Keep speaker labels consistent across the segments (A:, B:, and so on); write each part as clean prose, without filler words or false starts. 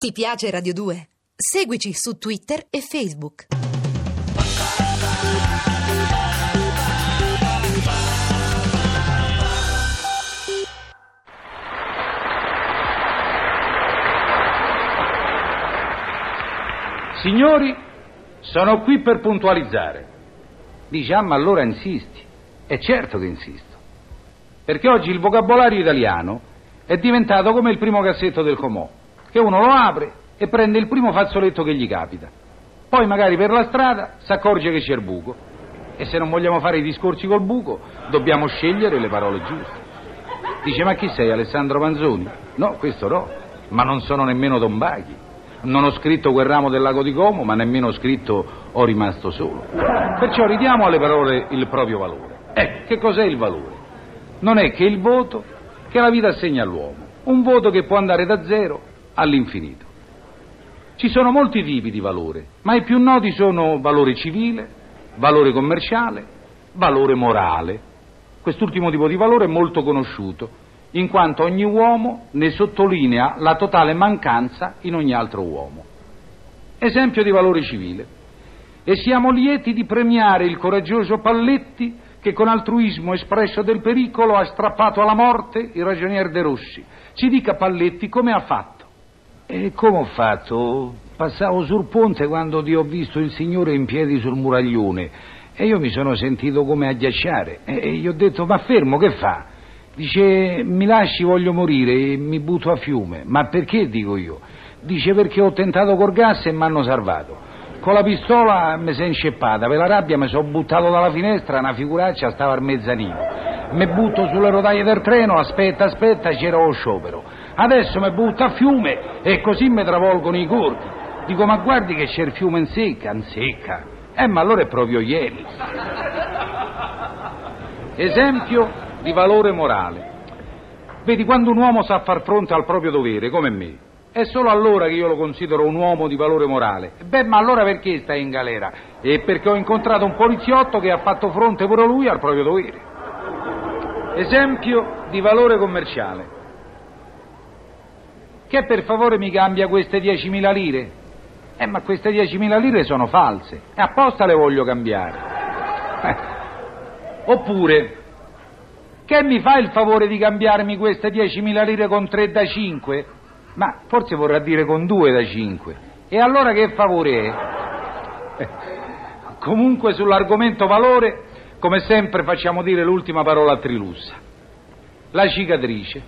A: Ti piace Radio 2? Seguici su Twitter e Facebook.
B: Signori, sono qui per puntualizzare. Dice, ma allora insisti? È certo che insisto. Perché oggi il vocabolario italiano è diventato come il primo cassetto del Comò, che uno lo apre e prende il primo fazzoletto che gli capita. Poi magari per la strada si accorge che c'è il buco. E se non vogliamo fare i discorsi col buco, dobbiamo scegliere le parole giuste. Dice, ma chi sei, Alessandro Manzoni? No, questo no, ma non sono nemmeno Don Baghi. Non ho scritto Quel ramo del lago di Como, ma nemmeno ho scritto Ho rimasto solo. Perciò ridiamo alle parole il proprio valore. Che cos'è il valore? Non è che il voto che la vita assegna all'uomo. Un voto che può andare da zero all'infinito. Ci sono molti tipi di valore, ma i più noti sono valore civile, valore commerciale, valore morale. Quest'ultimo tipo di valore è molto conosciuto, in quanto ogni uomo ne sottolinea la totale mancanza in ogni altro uomo. Esempio di valore civile. E siamo lieti di premiare il coraggioso Palletti che con altruismo espresso del pericolo ha strappato alla morte il ragionier De Rossi. Ci dica, Palletti, come ha fatto?
C: E come ho fatto? Passavo sul ponte quando ti ho visto il signore in piedi sul muraglione e io mi sono sentito come a ghiacciare e gli ho detto, ma fermo, che fa? Dice, mi lasci, voglio morire, e mi butto a fiume. Ma perché, dico io? Dice, perché ho tentato col gas e mi hanno salvato. Con la pistola mi si è inceppata, per la rabbia mi sono buttato dalla finestra, una figuraccia stava al mezzanino. Mi butto sulle rotaie del treno, aspetta, c'era lo sciopero. Adesso mi butto a fiume e così mi travolgono i corpi. Dico, ma guardi che c'è il fiume in secca. Ma allora è proprio ieri. Esempio di valore morale. Vedi, quando un uomo sa far fronte al proprio dovere, come me, è solo allora che io lo considero un uomo di valore morale. Ma allora perché stai in galera? Perché ho incontrato un poliziotto che ha fatto fronte pure lui al proprio dovere. Esempio di valore commerciale. Che per favore mi cambia queste 10.000 lire? Ma queste 10.000 lire sono false e apposta le voglio cambiare. Oppure, che mi fa il favore di cambiarmi queste 10.000 lire con 3 da 5? Ma forse vorrà dire con 2 da 5. E allora che favore è? Comunque sull'argomento valore, come sempre facciamo dire l'ultima parola a Trilussa. La cicatrice.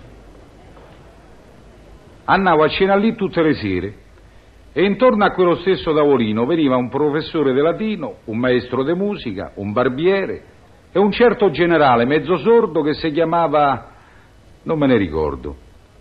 C: Andavo a cena lì tutte le sere e intorno a quello stesso tavolino veniva un professore di latino, un maestro di musica, un barbiere e un certo generale mezzo sordo che si chiamava... non me ne ricordo.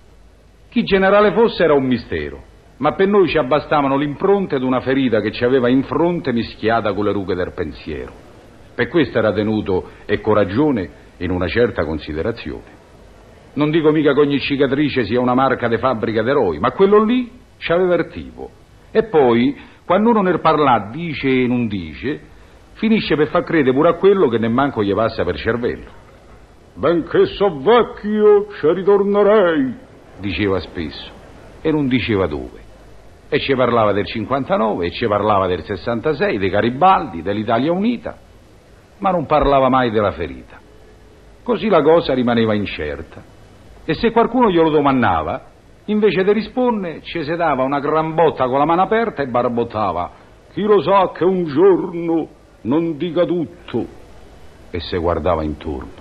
C: Chi generale fosse era un mistero, ma per noi ci abbastavano l'impronte di una ferita che ci aveva in fronte mischiata con le rughe del pensiero. Per questo era tenuto e coragione in una certa considerazione. Non dico mica che ogni cicatrice sia una marca di fabbrica d'eroi, ma quello lì c'aveva il tipo. E poi, quando uno nel parlar dice e non dice, finisce per far credere pure a quello che nemmanco gli passa per cervello. Benché so vecchio, ci ritornerei, diceva spesso, e non diceva dove. E ci parlava del 59, e ci parlava del 66, dei Garibaldi, dell'Italia Unita, ma non parlava mai della ferita. Così la cosa rimaneva incerta. E se qualcuno glielo domandava, invece di rispondere, ci si dava una gran botta con la mano aperta e barbottava: chi lo sa che un giorno non dica tutto, e si guardava intorno.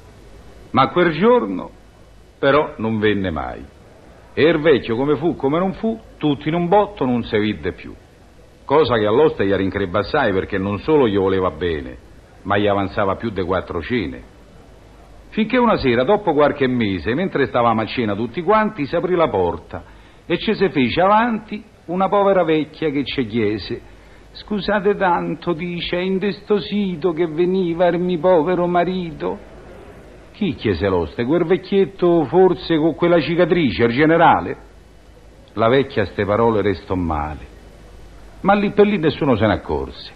C: Ma quel giorno però non venne mai, e il vecchio, come fu come non fu, tutti in un botto non si vide più, cosa che all'oste gli rincrebbe assai, perché non solo gli voleva bene, ma gli avanzava più di 4 cene. Finché una sera, dopo qualche mese, mentre stavamo a cena tutti quanti, si aprì la porta e ci si fece avanti una povera vecchia che ci chiese: scusate tanto, dice, è indestosito che veniva il mio povero marito. Chi? Chiese l'oste. Quel vecchietto forse con quella cicatrice, il generale? La vecchia a ste parole restò male, ma lì per lì nessuno se ne accorse.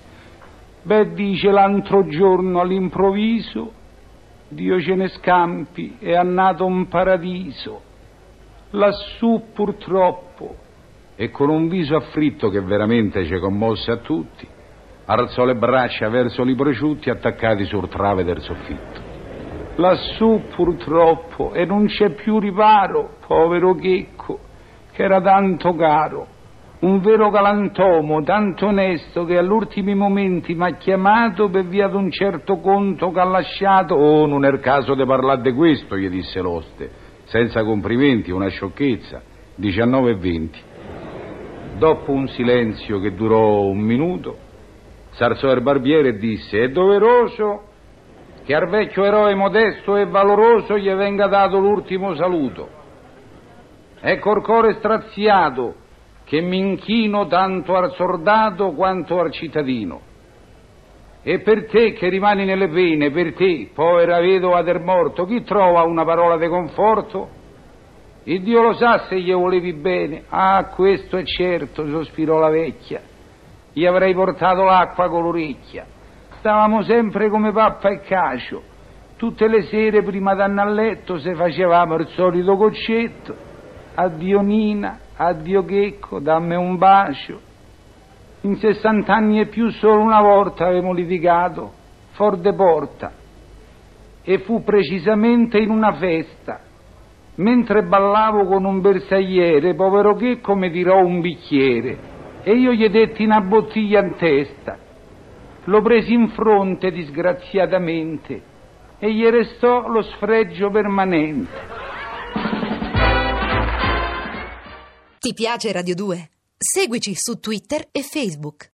C: Dice, l'altro giorno all'improvviso Dio ce ne scampi, è annato un paradiso. Lassù purtroppo e con un viso afflitto che veramente ci commosse a tutti, alzò le braccia verso i prosciutti attaccati sul trave del soffitto. Lassù purtroppo e non c'è più riparo, povero Checco, che era tanto caro, un vero galantomo, tanto onesto che agli ultimi momenti mi ha chiamato per via d'un certo conto che ha lasciato. Oh, non è il caso di parlare di questo, gli disse l'oste, senza complimenti, una sciocchezza, 19:20. Dopo un silenzio che durò un minuto, s'alzò il barbiere e disse: è doveroso che al vecchio eroe modesto e valoroso gli venga dato l'ultimo saluto. È col cuore straziato che mi inchino tanto al soldato quanto al cittadino. E per te che rimani nelle pene, per te, povera vedova del morto, chi trova una parola di conforto? Il Dio lo sa se gli volevi bene. Ah, questo è certo, sospirò la vecchia. Gli avrei portato l'acqua con l'orecchia. Stavamo sempre come pappa e cacio. Tutte le sere prima d'andare a letto se facevamo il solito goccetto. Addio Nina, addio Checco, dammi un bacio. In 60 anni e più solo una volta avevamo litigato, fuor de porta. E fu precisamente in una festa. Mentre ballavo con un bersagliere, povero Checco mi tirò un bicchiere e io gli detti una bottiglia in testa. Lo presi in fronte disgraziatamente e gli restò lo sfregio permanente.
A: Ti piace Radio 2? Seguici su Twitter e Facebook.